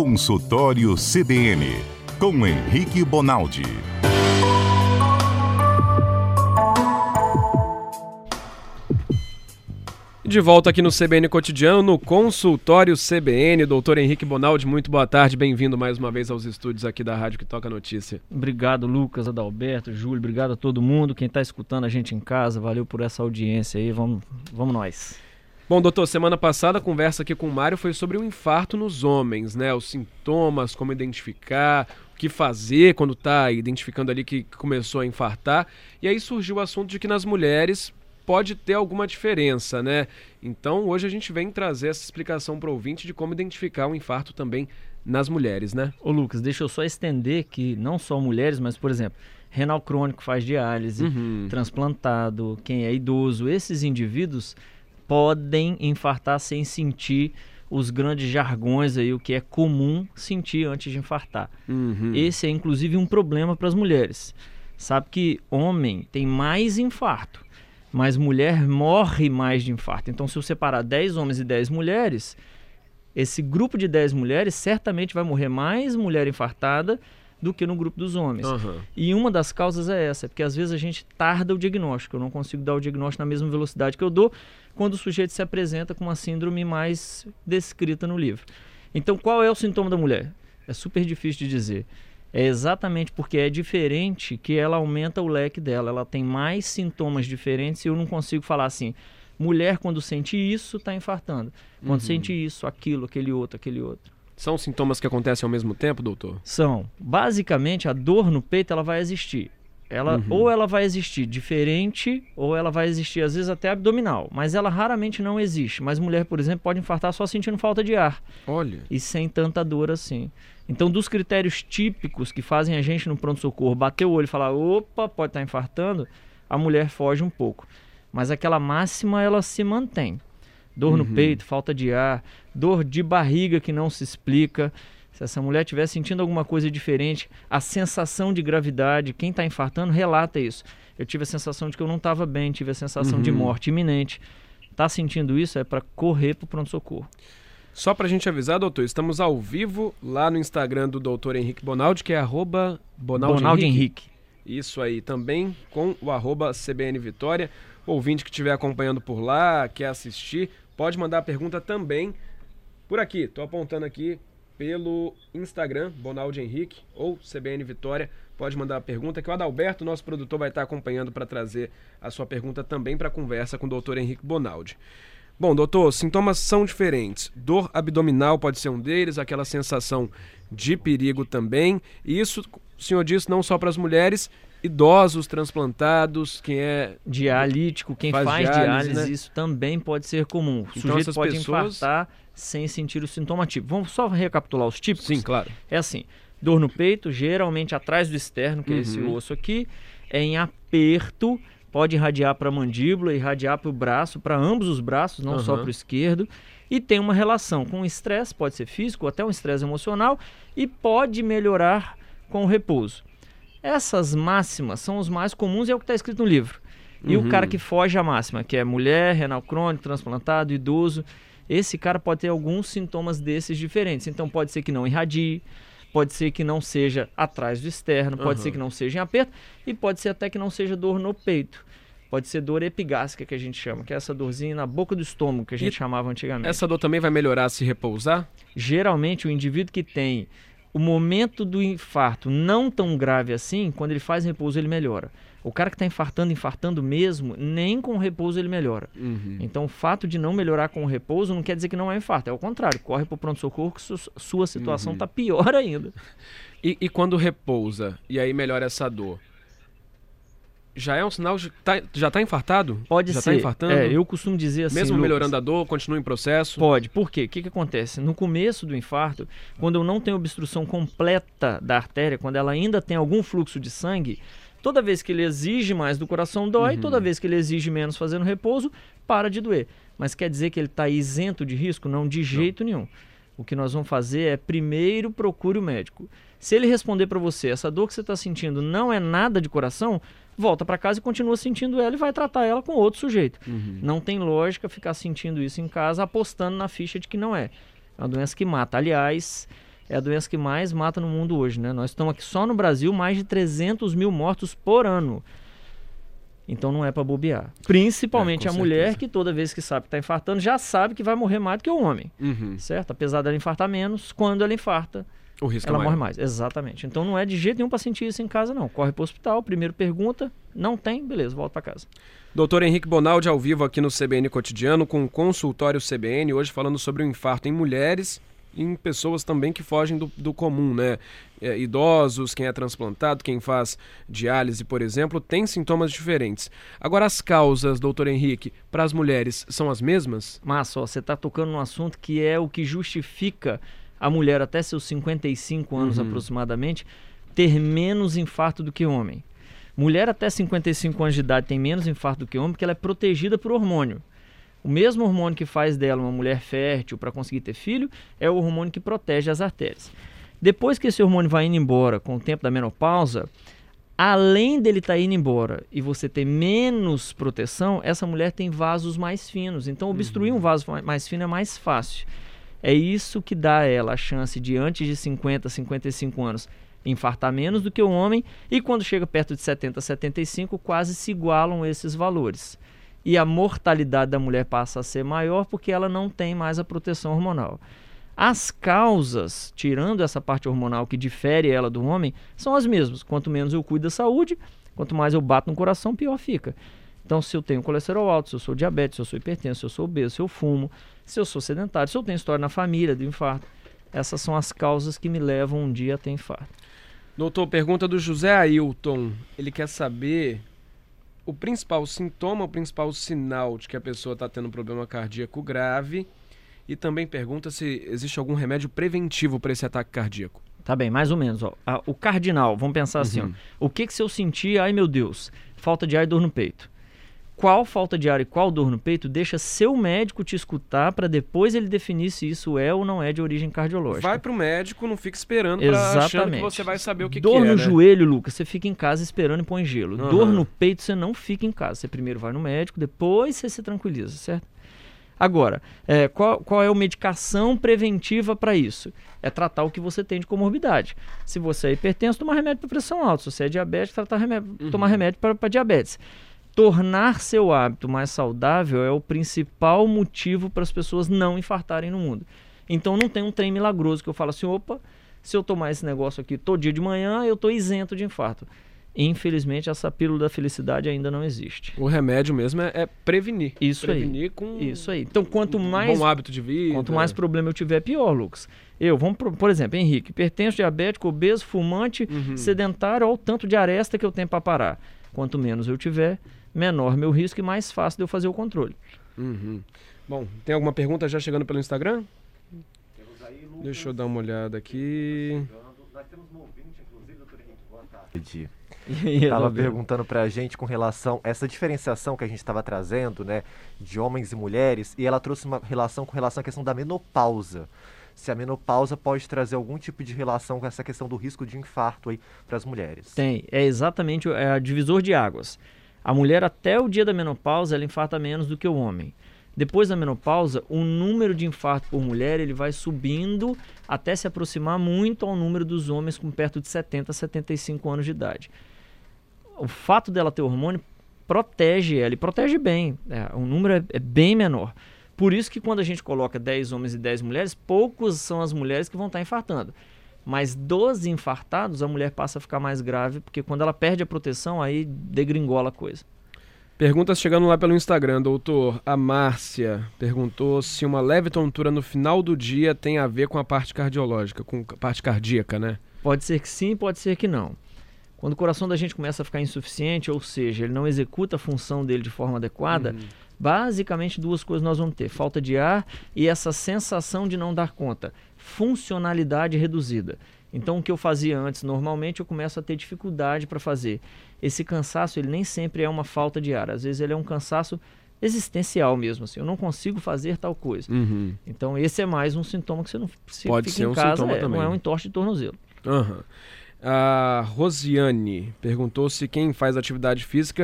Consultório CBN, com Henrique Bonaldi. De volta aqui no CBN Cotidiano, no Consultório CBN, doutor Henrique Bonaldi, muito boa tarde, bem-vindo mais uma vez aos estúdios aqui da Rádio que Toca Notícia. Obrigado, Lucas, Adalberto, Júlio, obrigado a todo mundo, quem está escutando a gente em casa, valeu por essa audiência aí, vamos nós. Bom, doutor, semana passada a conversa aqui com o Mário foi sobre o infarto nos homens, né? Os sintomas, como identificar, o que fazer quando está identificando ali que começou a infartar, e aí surgiu o assunto de que nas mulheres pode ter alguma diferença, né? Então, hoje a gente vem trazer essa explicação para o ouvinte de como identificar um infarto também nas mulheres, né? Ô Lucas, deixa eu só estender que não só mulheres, mas, por exemplo, renal crônico faz diálise, transplantado, quem é idoso, esses indivíduos podem infartar sem sentir os grandes jargões aí, o que é comum sentir antes de infartar. Esse é, inclusive, um problema para as mulheres. Sabe que homem tem mais infarto, mas mulher morre mais de infarto. Então, se eu separar 10 homens e 10 mulheres, esse grupo de 10 mulheres certamente vai morrer mais mulher infartada do que no grupo dos homens. E uma das causas é essa, porque às vezes a gente tarda o diagnóstico. Eu não consigo dar o diagnóstico na mesma velocidade que eu dou quando o sujeito se apresenta com uma síndrome mais descrita no livro. Então, qual é o sintoma da mulher? É super difícil de dizer. É exatamente porque é diferente que ela aumenta o leque dela. Ela tem mais sintomas diferentes e eu não consigo falar assim, mulher quando sente isso está infartando. Quando sente isso, aquilo, aquele outro. São sintomas que acontecem ao mesmo tempo, doutor? São. Basicamente, a dor no peito ela vai existir. Ou ela vai existir diferente, ou ela vai existir às vezes até abdominal. Mas ela raramente não existe. Mas mulher, por exemplo, pode infartar só sentindo falta de ar. Olha. E sem tanta dor assim. Então, dos critérios típicos que fazem a gente no pronto-socorro bater o olho e falar, opa, pode estar infartando, a mulher foge um pouco. Mas aquela máxima, ela se mantém. Dor no peito, falta de ar, dor de barriga que não se explica. Se essa mulher estiver sentindo alguma coisa diferente, a sensação de gravidade, quem está infartando relata isso. Eu tive a sensação de que eu não estava bem, tive a sensação de morte iminente. Está sentindo isso? É para correr para o pronto-socorro. Só para a gente avisar, doutor, estamos ao vivo lá no Instagram do doutor Henrique Bonaldi, que é @Bonaldi Henrique. Isso aí, também com o @CBN Vitória. O ouvinte que estiver acompanhando por lá, quer assistir, pode mandar a pergunta também por aqui. Estou apontando aqui pelo Instagram, Bonaldi Henrique ou CBN Vitória. Pode mandar a pergunta que o Adalberto, nosso produtor, vai estar acompanhando para trazer a sua pergunta também para a conversa com o doutor Henrique Bonaldi. Bom, doutor, sintomas são diferentes. Dor abdominal pode ser um deles, aquela sensação de perigo também. E isso, o senhor disse, não só para as mulheres, idosos, transplantados, quem é dialítico, quem faz diálise, né? Isso também pode ser comum. O então, sujeito pode pessoas infartar sem sentir o sintoma típico. Vamos só recapitular os típicos? Sim, claro. É assim, dor no peito, geralmente atrás do externo, que é esse osso aqui, é em aperto. Pode irradiar para a mandíbula, irradiar para o braço, para ambos os braços, não só para o esquerdo. E tem uma relação com o estresse, pode ser físico ou até um estresse emocional, e pode melhorar com o repouso. Essas máximas são os mais comuns e é o que está escrito no livro. E o cara que foge à máxima, que é mulher, renal crônico, transplantado, idoso, esse cara pode ter alguns sintomas desses diferentes. Então pode ser que não irradie, pode ser que não seja atrás do externo, pode ser que não seja em aperto e pode ser até que não seja dor no peito. Pode ser dor epigástrica, que a gente chama, que é essa dorzinha na boca do estômago, que a gente chamava antigamente. Essa dor também vai melhorar se repousar? Geralmente, o indivíduo que tem o momento do infarto não tão grave assim, quando ele faz repouso, ele melhora. O cara que está infartando mesmo, nem com repouso ele melhora. Então, o fato de não melhorar com o repouso não quer dizer que não é infarto. É o contrário, corre para o pronto-socorro que sua situação está pior ainda. E quando repousa, e aí melhora essa dor? Já é um sinal de já está infartado? Pode já ser. Está infartando? Eu costumo dizer assim, mesmo Lucas, melhorando a dor, continua em processo? Pode. Por quê? O que acontece? No começo do infarto, quando eu não tenho obstrução completa da artéria, quando ela ainda tem algum fluxo de sangue, toda vez que ele exige mais do coração dói, toda vez que ele exige menos fazendo repouso, para de doer. Mas quer dizer que ele está isento de risco? Não, de jeito nenhum. O que nós vamos fazer é, primeiro, procure o médico. Se ele responder para você, essa dor que você está sentindo não é nada de coração, volta para casa e continua sentindo ela e vai tratar ela com outro sujeito. Não tem lógica ficar sentindo isso em casa apostando na ficha de que não é. É uma doença que mata. Aliás, é a doença que mais mata no mundo hoje, né? Nós estamos aqui só no Brasil, mais de 300 mil mortos por ano. Então não é para bobear. Principalmente a mulher, que toda vez que sabe que está infartando, já sabe que vai morrer mais do que o homem. Certo? Apesar dela infartar menos, quando ela infarta, o risco ela morre mais. Exatamente. Então não é de jeito nenhum para sentir isso em casa, não. Corre para o hospital, primeiro pergunta, não tem, beleza, volta para casa. Doutor Henrique Bonaldi, ao vivo aqui no CBN Cotidiano, com o consultório CBN, hoje falando sobre o infarto em mulheres e em pessoas também que fogem do comum, né? Idosos, quem é transplantado, quem faz diálise, por exemplo, tem sintomas diferentes. Agora, as causas, doutor Henrique, para as mulheres são as mesmas? Mas só, você está tocando num assunto que é o que justifica a mulher até seus 55 anos aproximadamente ter menos infarto do que homem. Mulher até 55 anos de idade tem menos infarto do que homem porque ela é protegida por hormônio. O mesmo hormônio que faz dela uma mulher fértil para conseguir ter filho é o hormônio que protege as artérias. Depois que esse hormônio vai indo embora com o tempo da menopausa, além dele estar indo embora e você ter menos proteção, essa mulher tem vasos mais finos. Então obstruir um vaso mais fino é mais fácil. É isso que dá a ela a chance de, antes de 50, 55 anos, infartar menos do que o homem, e quando chega perto de 70, 75, quase se igualam esses valores. E a mortalidade da mulher passa a ser maior porque ela não tem mais a proteção hormonal. As causas, tirando essa parte hormonal que difere ela do homem, são as mesmas. Quanto menos eu cuido da saúde, quanto mais eu bato no coração, pior fica. Então, se eu tenho colesterol alto, se eu sou diabetes, se eu sou hipertenso, se eu sou obeso, se eu fumo, se eu sou sedentário, se eu tenho história na família de infarto, essas são as causas que me levam um dia a ter infarto. Doutor, pergunta do José Ailton. Ele quer saber o principal sintoma, o principal sinal de que a pessoa está tendo um problema cardíaco grave, e também pergunta se existe algum remédio preventivo para esse ataque cardíaco. Tá bem, mais ou menos. Ó. O cardinal, vamos pensar assim, ó, o que se eu sentir, ai meu Deus, falta de ar e dor no peito? Qual falta de ar e qual dor no peito deixa seu médico te escutar para depois ele definir se isso é ou não é de origem cardiológica. Vai pro médico, não fica esperando achando que você vai saber o que dor é. Dor no joelho, Lucas, você fica em casa esperando e põe gelo. Dor no peito, você não fica em casa. Você primeiro vai no médico, depois você se tranquiliza, certo? Agora, qual é a medicação preventiva para isso? É tratar o que você tem de comorbidade. Se você é hipertenso, tomar remédio para pressão alta. Se você é diabético, tomar remédio para diabetes. Tornar seu hábito mais saudável é o principal motivo para as pessoas não infartarem no mundo. Então não tem um trem milagroso que eu falo assim, opa, se eu tomar esse negócio aqui todo dia de manhã, eu estou isento de infarto. Infelizmente, essa pílula da felicidade ainda não existe. O remédio mesmo é prevenir. Isso aí. Então, quanto mais bom hábito de vida, quanto mais problema eu tiver, pior, Lucas. Por exemplo, Henrique, hipertenso, diabético, obeso, fumante, sedentário, olha o tanto de aresta que eu tenho para parar. Quanto menos eu tiver, menor meu risco e mais fácil de eu fazer o controle. Bom, tem alguma pergunta já chegando pelo Instagram? Deixa eu dar uma olhada aqui. Nós temos um ouvinte, inclusive, doutor Henrique, boa tarde. Estava perguntando para a gente com relação a essa diferenciação que a gente estava trazendo, né, de homens e mulheres, e ela trouxe uma relação à questão da menopausa. Se a menopausa pode trazer algum tipo de relação com essa questão do risco de infarto aí para as mulheres. Tem, é exatamente a divisor de águas. A mulher até o dia da menopausa ela infarta menos do que o homem. Depois da menopausa, o número de infarto por mulher ele vai subindo até se aproximar muito ao número dos homens com perto de 70 a 75 anos de idade. O fato dela ter hormônio protege ela e protege bem. O número é bem menor. Por isso que quando a gente coloca 10 homens e 10 mulheres, poucos são as mulheres que vão estar infartando. Mas dos infartados, a mulher passa a ficar mais grave, porque quando ela perde a proteção, aí degringola a coisa. Perguntas chegando lá pelo Instagram, doutor. A Márcia perguntou se uma leve tontura no final do dia tem a ver com a parte cardiológica, com a parte cardíaca, né? Pode ser que sim, pode ser que não. Quando o coração da gente começa a ficar insuficiente, ou seja, ele não executa a função dele de forma adequada, basicamente duas coisas nós vamos ter: falta de ar e essa sensação de não dar conta, funcionalidade reduzida. Então o que eu fazia antes, normalmente eu começo a ter dificuldade para fazer. Esse cansaço, ele nem sempre é uma falta de ar, às vezes ele é um cansaço existencial mesmo, assim, eu não consigo fazer tal coisa. Então esse é mais um sintoma que você não pode fica ser em casa, sintoma também. Não é um entorse de tornozelo. A Rosiane perguntou se quem faz atividade física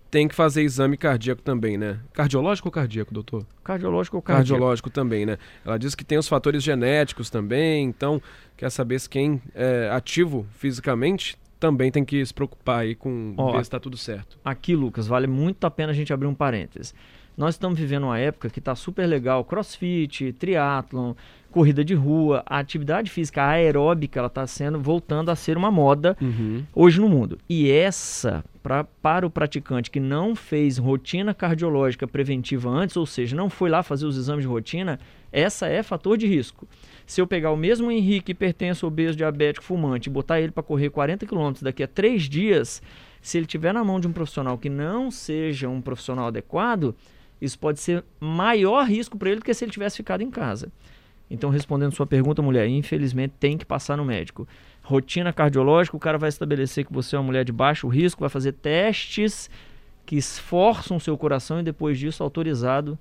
tem que fazer exame cardíaco também, né? Cardiológico ou cardíaco, doutor? Cardiológico ou cardíaco? Cardiológico também, né? Ela diz que tem os fatores genéticos também, então quer saber se quem é ativo fisicamente também tem que se preocupar aí com ver se está tudo certo. Aqui, Lucas, vale muito a pena a gente abrir um parênteses. Nós estamos vivendo uma época que está super legal, crossfit, triatlon, corrida de rua, a atividade física aeróbica, ela está voltando a ser uma moda hoje no mundo. E essa, para o praticante que não fez rotina cardiológica preventiva antes, ou seja, não foi lá fazer os exames de rotina, essa é fator de risco. Se eu pegar o mesmo Henrique, hipertenso, obeso, diabético, fumante, e botar ele para correr 40 km daqui a 3 dias, se ele estiver na mão de um profissional que não seja um profissional adequado, isso pode ser maior risco para ele do que se ele tivesse ficado em casa. Então, respondendo sua pergunta, mulher, infelizmente tem que passar no médico. Rotina cardiológica, o cara vai estabelecer que você é uma mulher de baixo risco, vai fazer testes que esforçam o seu coração e depois disso, autorizado,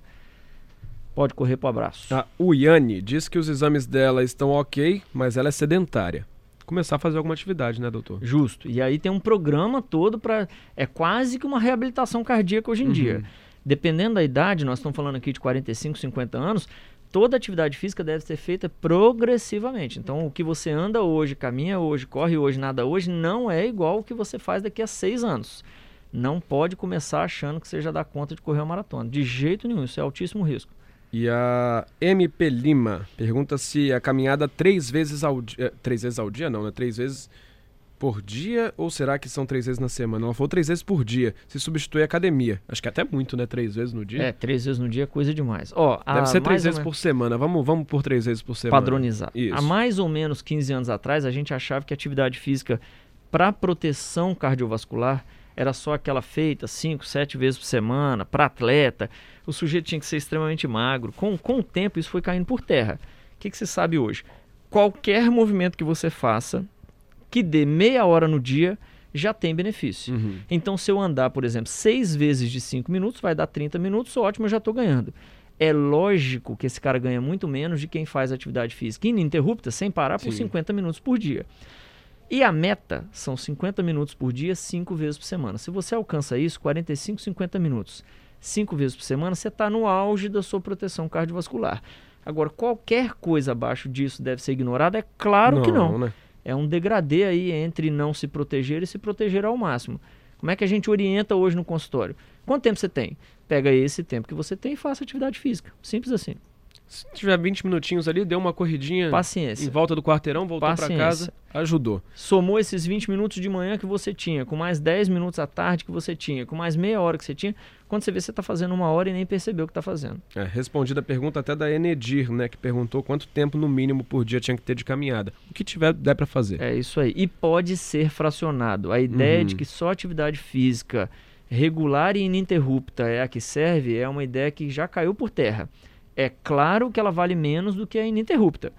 pode correr para o abraço. O Yane diz que os exames dela estão ok, mas ela é sedentária. Começar a fazer alguma atividade, né, doutor? Justo. E aí tem um programa todo para... É quase que uma reabilitação cardíaca hoje em dia. Dependendo da idade, nós estamos falando aqui de 45, 50 anos, toda atividade física deve ser feita progressivamente. Então, o que você anda hoje, caminha hoje, corre hoje, nada hoje, não é igual o que você faz daqui a 6 anos. Não pode começar achando que você já dá conta de correr uma maratona. De jeito nenhum, isso é altíssimo risco. E a MP Lima pergunta se a caminhada 3 vezes ao dia... 3 vezes ao dia não, né? 3 vezes por dia, ou será que são 3 vezes na semana? Ela falou 3 vezes por dia, se substitui a academia. Acho que até muito, né? 3 vezes no dia. 3 vezes no dia é coisa demais. Deve ser 3 vezes por semana. Vamos por 3 vezes por semana. Padronizar. Isso. Há mais ou menos 15 anos atrás, a gente achava que a atividade física para proteção cardiovascular era só aquela feita 5, 7 vezes por semana, para atleta. O sujeito tinha que ser extremamente magro. Com o tempo, isso foi caindo por terra. O que você sabe hoje? Qualquer movimento que você faça, que dê meia hora no dia, já tem benefício. Então, se eu andar, por exemplo, 6 vezes de 5 minutos, vai dar 30 minutos, ótimo, eu já estou ganhando. É lógico que esse cara ganha muito menos de quem faz atividade física ininterrupta, sem parar, por 50 minutos por dia. E a meta são 50 minutos por dia, 5 vezes por semana. Se você alcança isso, 45, 50 minutos, 5 vezes por semana, você está no auge da sua proteção cardiovascular. Agora, qualquer coisa abaixo disso deve ser ignorada? É claro que não. Né? É um degradê aí entre não se proteger e se proteger ao máximo. Como é que a gente orienta hoje no consultório? Quanto tempo você tem? Pega esse tempo que você tem e faça atividade física. Simples assim. Se tiver 20 minutinhos ali, deu uma corridinha em volta do quarteirão, voltou para casa, ajudou. Somou esses 20 minutos de manhã que você tinha, com mais 10 minutos à tarde que você tinha, com mais meia hora que você tinha, quando você vê, você está fazendo 1 hora e nem percebeu o que está fazendo. Respondida a pergunta até da Enedir, né, que perguntou quanto tempo no mínimo por dia tinha que ter de caminhada. O que der para fazer. É isso aí. E pode ser fracionado. A ideia de que só atividade física regular e ininterrupta é a que serve é uma ideia que já caiu por terra. É claro que ela vale menos do que a ininterrupta,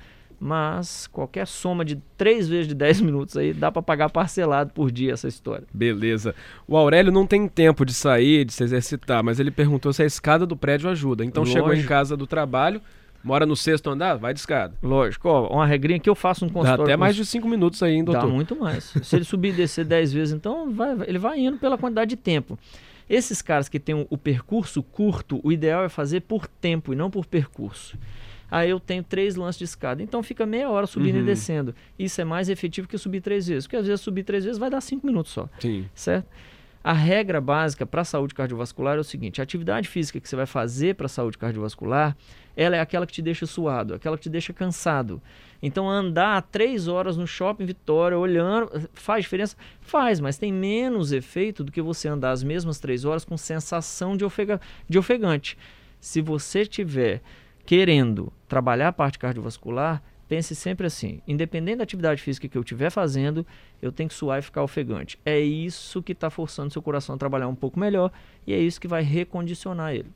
mas qualquer soma de 3 vezes de 10 minutos aí dá para pagar parcelado por dia essa história. Beleza. O Aurélio não tem tempo de sair, de se exercitar, mas ele perguntou se a escada do prédio ajuda. Então chegou em casa do trabalho, mora no 6º andar, vai de escada. Lógico. Uma regrinha que eu faço no consultório... Dá até mais de 5 minutos aí, hein, doutor? Dá muito mais. Se ele subir e descer 10 vezes, então ele vai indo pela quantidade de tempo. Esses caras que têm o percurso curto, o ideal é fazer por tempo e não por percurso. Aí eu tenho 3 lances de escada, então fica meia hora subindo e descendo. Isso é mais efetivo que subir 3 vezes, porque às vezes subir 3 vezes vai dar 5 minutos só. Sim. Certo? A regra básica para a saúde cardiovascular é o seguinte: a atividade física que você vai fazer para a saúde cardiovascular, ela é aquela que te deixa suado, aquela que te deixa cansado. Então andar 3 horas no Shopping Vitória olhando, faz diferença? Faz, mas tem menos efeito do que você andar as mesmas 3 horas com sensação de ofegante. Se você estiver querendo trabalhar a parte cardiovascular, pense sempre assim: independente da atividade física que eu estiver fazendo, eu tenho que suar e ficar ofegante. É isso que está forçando seu coração a trabalhar um pouco melhor e é isso que vai recondicionar ele.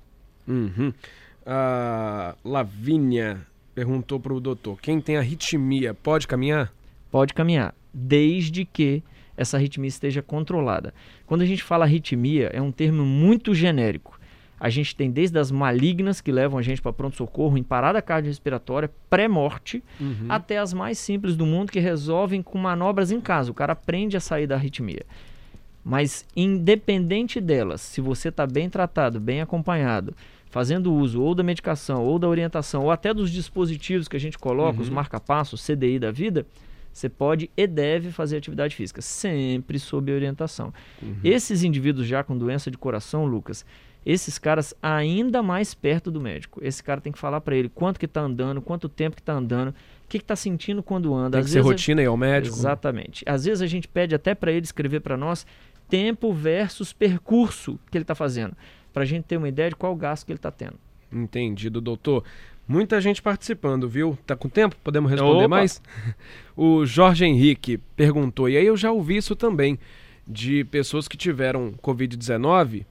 A Lavínia perguntou para o doutor: quem tem arritmia pode caminhar? Pode caminhar, desde que essa arritmia esteja controlada. Quando a gente fala arritmia, é um termo muito genérico. A gente tem desde as malignas, que levam a gente para pronto-socorro, em parada cardiorrespiratória, pré-morte, até as mais simples do mundo, que resolvem com manobras em casa. O cara aprende a sair da arritmia. Mas independente delas, se você está bem tratado, bem acompanhado, fazendo uso ou da medicação, ou da orientação, ou até dos dispositivos que a gente coloca, os marca-passos, CDI da vida, você pode e deve fazer atividade física, sempre sob orientação. Esses indivíduos já com doença de coração, Lucas, esses caras ainda mais perto do médico. Esse cara tem que falar para ele quanto que está andando, quanto tempo que está andando, o que está sentindo quando anda. Tem que ser rotina e ao médico. Exatamente. Às vezes a gente pede até para ele escrever para nós tempo versus percurso que ele está fazendo, para a gente ter uma ideia de qual gasto que ele está tendo. Entendido, doutor. Muita gente participando, viu? Tá com tempo? Podemos responder mais? O Jorge Henrique perguntou, e aí eu já ouvi isso também, de pessoas que tiveram Covid-19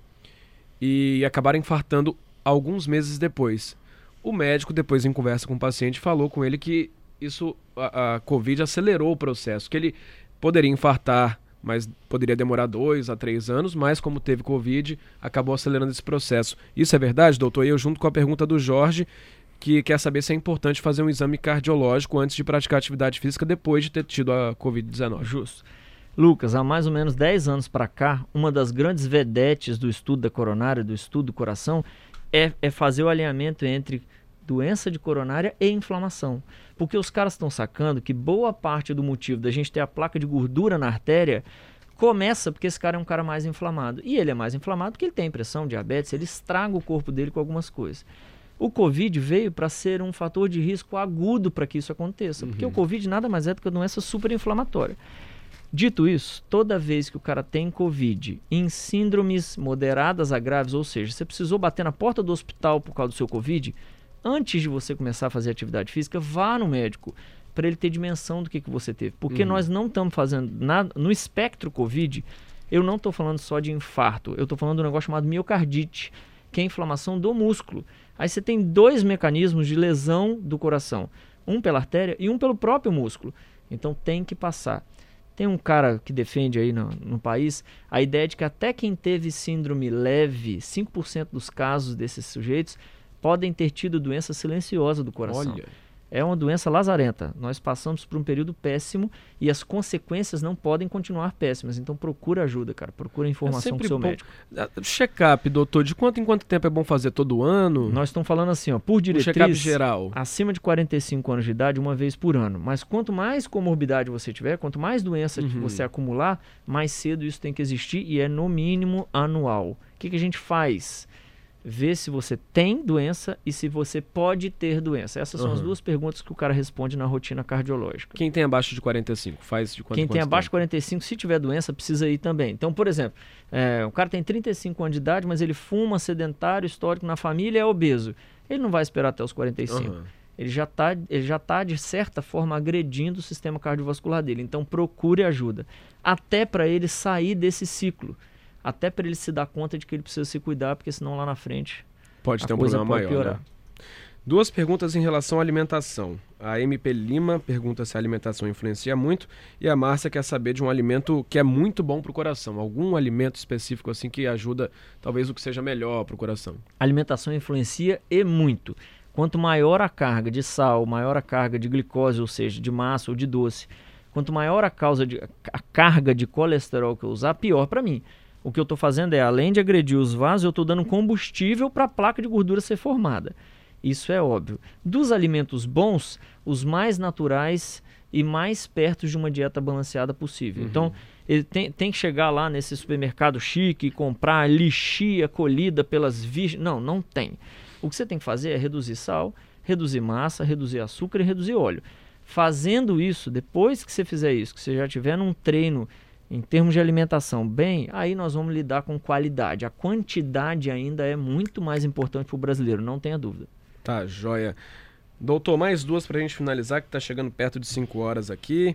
e acabaram infartando alguns meses depois. O médico, depois em conversa com o paciente, falou com ele que isso, a Covid acelerou o processo, que ele poderia infartar, mas poderia demorar 2 a 3 anos, mas como teve Covid, acabou acelerando esse processo. Isso é verdade, doutor? E eu junto com a pergunta do Jorge, que quer saber se é importante fazer um exame cardiológico antes de praticar atividade física depois de ter tido a Covid-19. Justo. Lucas, há mais ou menos 10 anos para cá, uma das grandes vedetes do estudo da coronária, do estudo do coração, é fazer o alinhamento entre doença de coronária e inflamação. Porque os caras estão sacando que boa parte do motivo da gente ter a placa de gordura na artéria começa porque esse cara é um cara mais inflamado. E ele é mais inflamado porque ele tem pressão, diabetes, ele estraga o corpo dele com algumas coisas. O Covid veio para ser um fator de risco agudo para que isso aconteça. Porque o Covid nada mais é do que uma doença super inflamatória. Dito isso, toda vez que o cara tem Covid em síndromes moderadas a graves, ou seja, você precisou bater na porta do hospital por causa do seu Covid, antes de você começar a fazer atividade física, vá no médico para ele ter dimensão do que você teve. Porque nós não estamos fazendo nada. No espectro Covid, eu não estou falando só de infarto, eu estou falando de um negócio chamado miocardite, que é a inflamação do músculo. Aí você tem 2 mecanismos de lesão do coração, um pela artéria e um pelo próprio músculo. Então tem que passar. Tem um cara que defende aí no país a ideia de que até quem teve síndrome leve, 5% dos casos desses sujeitos podem ter tido doença silenciosa do coração. Olha. É uma doença lazarenta. Nós passamos por um período péssimo e as consequências não podem continuar péssimas. Então procura ajuda, cara. Procura informação com o seu médico. Check-up, doutor, de quanto em quanto tempo é bom fazer todo ano? Nós estamos falando assim, ó, por diretriz, check-up geral, acima de 45 anos de idade, uma vez por ano. Mas quanto mais comorbidade você tiver, quanto mais doença você acumular, mais cedo isso tem que existir e é no mínimo anual. O que a gente faz? Ver se você tem doença e se você pode ter doença. Essas são as 2 perguntas que o cara responde na rotina cardiológica. Quem tem abaixo de 45, faz de quanto? Quem tem abaixo de 45, se tiver doença, precisa ir também. Então, por exemplo, o cara tem 35 anos de idade, mas ele fuma, sedentário, histórico na família, é obeso. Ele não vai esperar até os 45. Ele já tá, de certa forma, agredindo o sistema cardiovascular dele. Então, procure ajuda. Até para ele sair desse ciclo. Até para ele se dar conta de que ele precisa se cuidar, porque senão lá na frente pode ter um problema maior, piorar. Né? 2 perguntas em relação à alimentação. A MP Lima pergunta se a alimentação influencia muito e a Márcia quer saber de um alimento que é muito bom para o coração. Algum alimento específico assim que ajuda, talvez o que seja melhor para o coração? A alimentação influencia e muito. Quanto maior a carga de sal, maior a carga de glicose, ou seja, de massa ou de doce, quanto maior a carga de colesterol que eu usar, pior para mim. O que eu estou fazendo é, além de agredir os vasos, eu estou dando combustível para a placa de gordura ser formada. Isso é óbvio. Dos alimentos bons, os mais naturais e mais perto de uma dieta balanceada possível. Então, ele tem que chegar lá nesse supermercado chique e comprar lixia colhida pelas virgens. Não tem. O que você tem que fazer é reduzir sal, reduzir massa, reduzir açúcar e reduzir óleo. Fazendo isso, depois que você fizer isso, que você já tiver num treino em termos de alimentação bem, aí nós vamos lidar com qualidade. A quantidade ainda é muito mais importante para o brasileiro, não tenha dúvida. Tá, joia. Doutor, mais 2 para a gente finalizar, que está chegando perto de 5 horas aqui.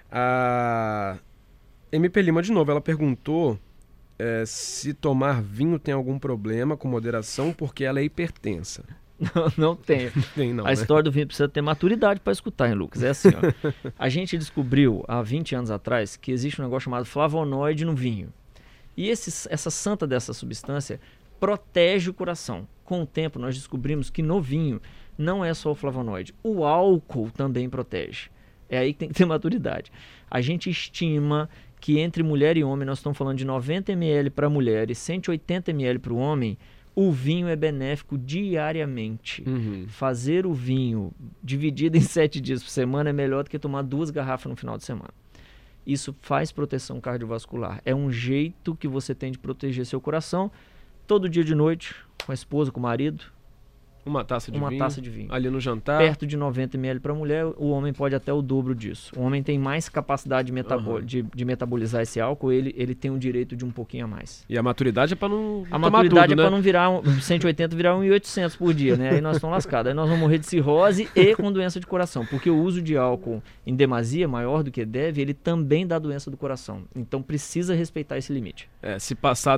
A MP Lima, de novo, ela perguntou se tomar vinho tem algum problema com moderação, porque ela é hipertensa. Não tem. Não, a história do vinho precisa ter maturidade para escutar, hein, Lucas? É assim, ó. A gente descobriu há 20 anos atrás que existe um negócio chamado flavonoide no vinho. E essa santa dessa substância protege o coração. Com o tempo, nós descobrimos que no vinho não é só o flavonoide. O álcool também protege. É aí que tem que ter maturidade. A gente estima que entre mulher e homem, nós estamos falando de 90 ml para a mulher e 180 ml para o homem, o vinho é benéfico diariamente. Fazer o vinho dividido em 7 dias por semana é melhor do que tomar 2 garrafas no final de semana. Isso faz proteção cardiovascular. É um jeito que você tem de proteger seu coração todo dia de noite, com a esposa, com o marido. Uma taça de vinho. Ali no jantar. Perto de 90 ml para a mulher, o homem pode até o dobro disso. O homem tem mais capacidade de metabolizar esse álcool, ele tem o direito de um pouquinho a mais. E a maturidade é para não A maturidade é para não virar 180, virar 1.800 por dia, né? Aí nós estamos lascados. Aí nós vamos morrer de cirrose e com doença de coração. Porque o uso de álcool em demasia, maior do que deve, ele também dá doença do coração. Então precisa respeitar esse limite. Se passar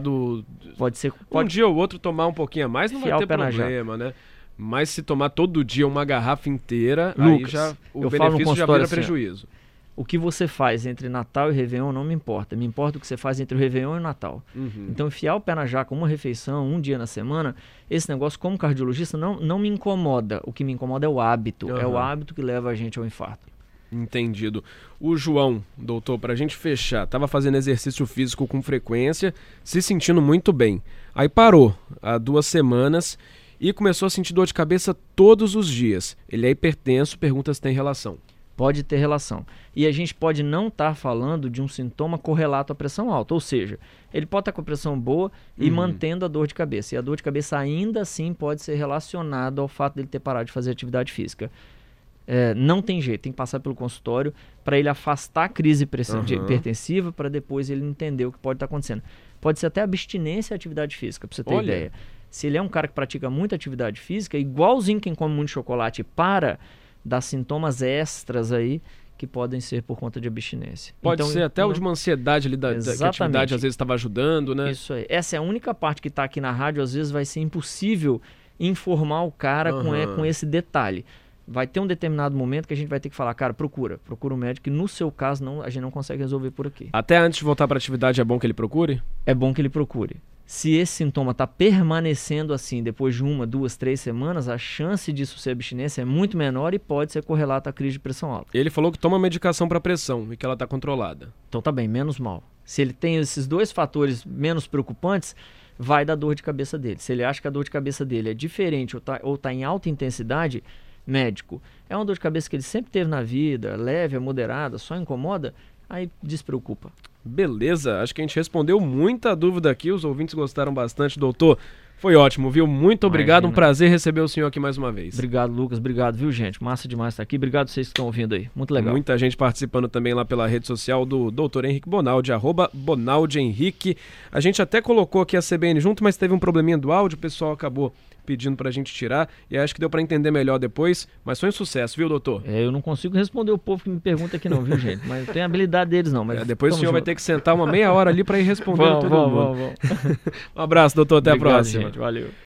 um dia ou outro tomar um pouquinho a mais, não vai ter problema, né? Mas se tomar todo dia uma garrafa inteira, Lucas, aí já o benefício já vira prejuízo. O que você faz entre Natal e Réveillon não me importa. Me importa o que você faz entre o Réveillon e o Natal. Então, enfiar o pé na jaca, uma refeição, um dia na semana, esse negócio, como cardiologista, não me incomoda. O que me incomoda é o hábito. É o hábito que leva a gente ao infarto. Entendido. O João, doutor, pra gente fechar, estava fazendo exercício físico com frequência, se sentindo muito bem. Aí parou há 2 semanas e começou a sentir dor de cabeça todos os dias. Ele é hipertenso, pergunta se tem relação. Pode ter relação. E a gente pode não estar falando de um sintoma correlato à pressão alta. Ou seja, ele pode estar com a pressão boa e mantendo a dor de cabeça. E a dor de cabeça ainda assim pode ser relacionada ao fato dele ter parado de fazer atividade física. Não tem jeito, tem que passar pelo consultório para ele afastar a crise hipertensiva para depois ele entender o que pode estar acontecendo. Pode ser até abstinência à atividade física, para você ter ideia. Se ele é um cara que pratica muita atividade física, igualzinho quem come muito chocolate dá sintomas extras aí que podem ser por conta de abstinência. Pode ser até o de uma ansiedade ali que a atividade às vezes estava ajudando, né? Isso aí. Essa é a única parte que está aqui na rádio, às vezes vai ser impossível informar o cara com esse detalhe. Vai ter um determinado momento que a gente vai ter que falar, cara, procura um médico, que no seu caso a gente não consegue resolver por aqui. Até antes de voltar para a atividade é bom que ele procure? É bom que ele procure. Se esse sintoma está permanecendo assim depois de 1, 2, 3 semanas, a chance disso ser abstinência é muito menor e pode ser correlato à crise de pressão alta. Ele falou que toma medicação para pressão e que ela está controlada. Então tá bem, menos mal. Se ele tem esses 2 fatores menos preocupantes, vai dar dor de cabeça dele. Se ele acha que a dor de cabeça dele é diferente ou tá em alta intensidade, médico, é uma dor de cabeça que ele sempre teve na vida, leve, moderada, só incomoda, aí despreocupa. Beleza, acho que a gente respondeu muita dúvida aqui, os ouvintes gostaram bastante, doutor. Foi ótimo, viu? Muito obrigado, um prazer receber o senhor aqui mais uma vez. Obrigado, Lucas, obrigado, viu, gente? Massa demais estar aqui, obrigado a vocês que estão ouvindo aí, muito legal. Muita gente participando também lá pela rede social do Dr. Henrique Bonaldi, @BonaldiHenrique. A gente até colocou aqui a CBN junto, mas teve um probleminha do áudio, o pessoal acabou pedindo pra gente tirar, e acho que deu pra entender melhor depois, mas foi um sucesso, viu, doutor? Eu não consigo responder o povo que me pergunta aqui não, viu, gente? Mas não tem habilidade deles não. Mas depois o senhor vai ter que sentar uma meia hora ali pra ir respondendo todo mundo. Vamos. Um abraço, doutor, até a próxima. Gente, valeu.